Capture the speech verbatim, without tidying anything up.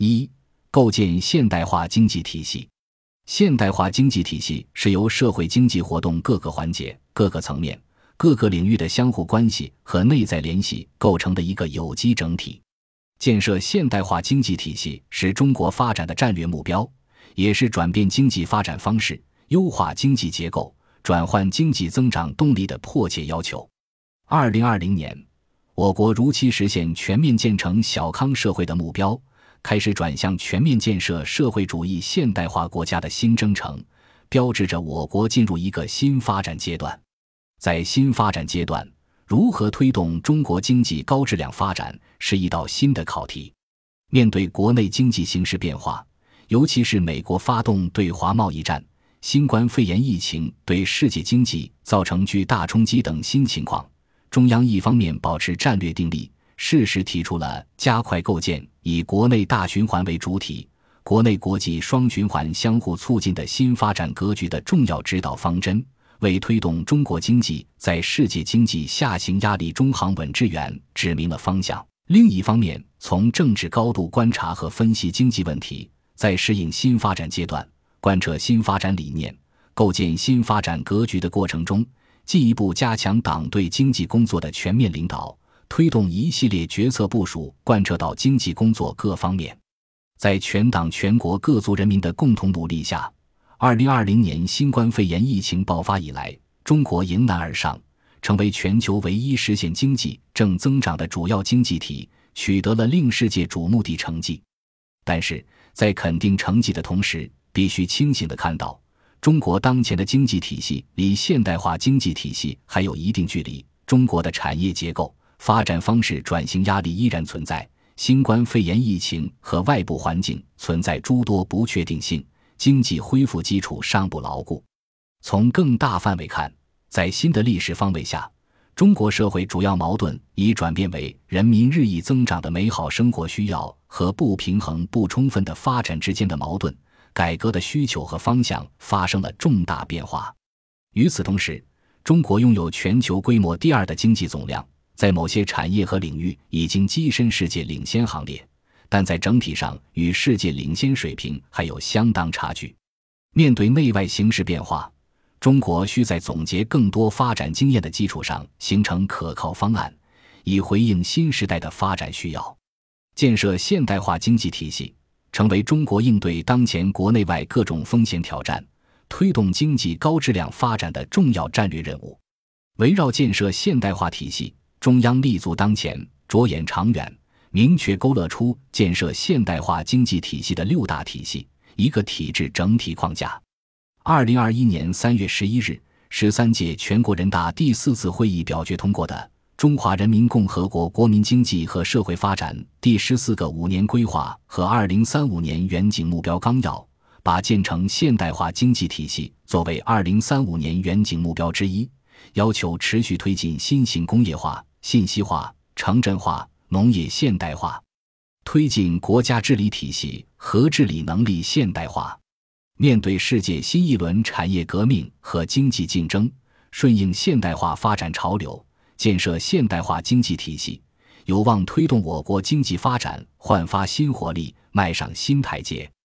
一、构建现代化经济体系。现代化经济体系是由社会经济活动各个环节、各个层面、各个领域的相互关系和内在联系构成的一个有机整体。建设现代化经济体系是中国发展的战略目标，也是转变经济发展方式、优化经济结构、转换经济增长动力的迫切要求。二零二零年，我国如期实现全面建成小康社会的目标，开始转向全面建设社会主义现代化国家的新征程，标志着我国进入一个新发展阶段。在新发展阶段，如何推动中国经济高质量发展是一道新的考题。面对国内经济形势变化，尤其是美国发动对华贸易战、新冠肺炎疫情对世界经济造成巨大冲击等新情况，中央一方面保持战略定力，适时提出了加快构建以国内大循环为主体、国内国际双循环相互促进的新发展格局的重要指导方针，为推动中国经济在世界经济下行压力中行稳致远指明了方向。另一方面，从政治高度观察和分析经济问题，在适应新发展阶段、贯彻新发展理念、构建新发展格局的过程中，进一步加强党对经济工作的全面领导，推动一系列决策部署贯彻到经济工作各方面。在全党全国各族人民的共同努力下，二零二零年新冠肺炎疫情爆发以来，中国迎难而上，成为全球唯一实现经济正增长的主要经济体，取得了令世界瞩目的成绩。但是，在肯定成绩的同时，必须清醒地看到，中国当前的经济体系离现代化经济体系还有一定距离。中国的产业结构、发展方式转型压力依然存在，新冠肺炎疫情和外部环境存在诸多不确定性，经济恢复基础尚不牢固。从更大范围看，在新的历史方位下，中国社会主要矛盾已转变为人民日益增长的美好生活需要和不平衡不充分的发展之间的矛盾，改革的需求和方向发生了重大变化。与此同时，中国拥有全球规模第二的经济总量，在某些产业和领域已经跻身世界领先行列，但在整体上与世界领先水平还有相当差距。面对内外形势变化，中国需在总结更多发展经验的基础上形成可靠方案，以回应新时代的发展需要。建设现代化经济体系成为中国应对当前国内外各种风险挑战、推动经济高质量发展的重要战略任务。围绕建设现代化体系，中央立足当前，着眼长远，明确勾勒出建设现代化经济体系的六大体系，一个体制整体框架。二零二一年三月十一日，十三届全国人大第四次会议表决通过的《中华人民共和国国民经济和社会发展第十四个五年规划和二零三五年远景目标纲要》，把建成现代化经济体系作为二零三五年远景目标之一，要求持续推进新型工业化、信息化、城镇化、农业现代化，推进国家治理体系和治理能力现代化。面对世界新一轮产业革命和经济竞争，顺应现代化发展潮流，建设现代化经济体系，有望推动我国经济发展焕发新活力，迈上新台阶。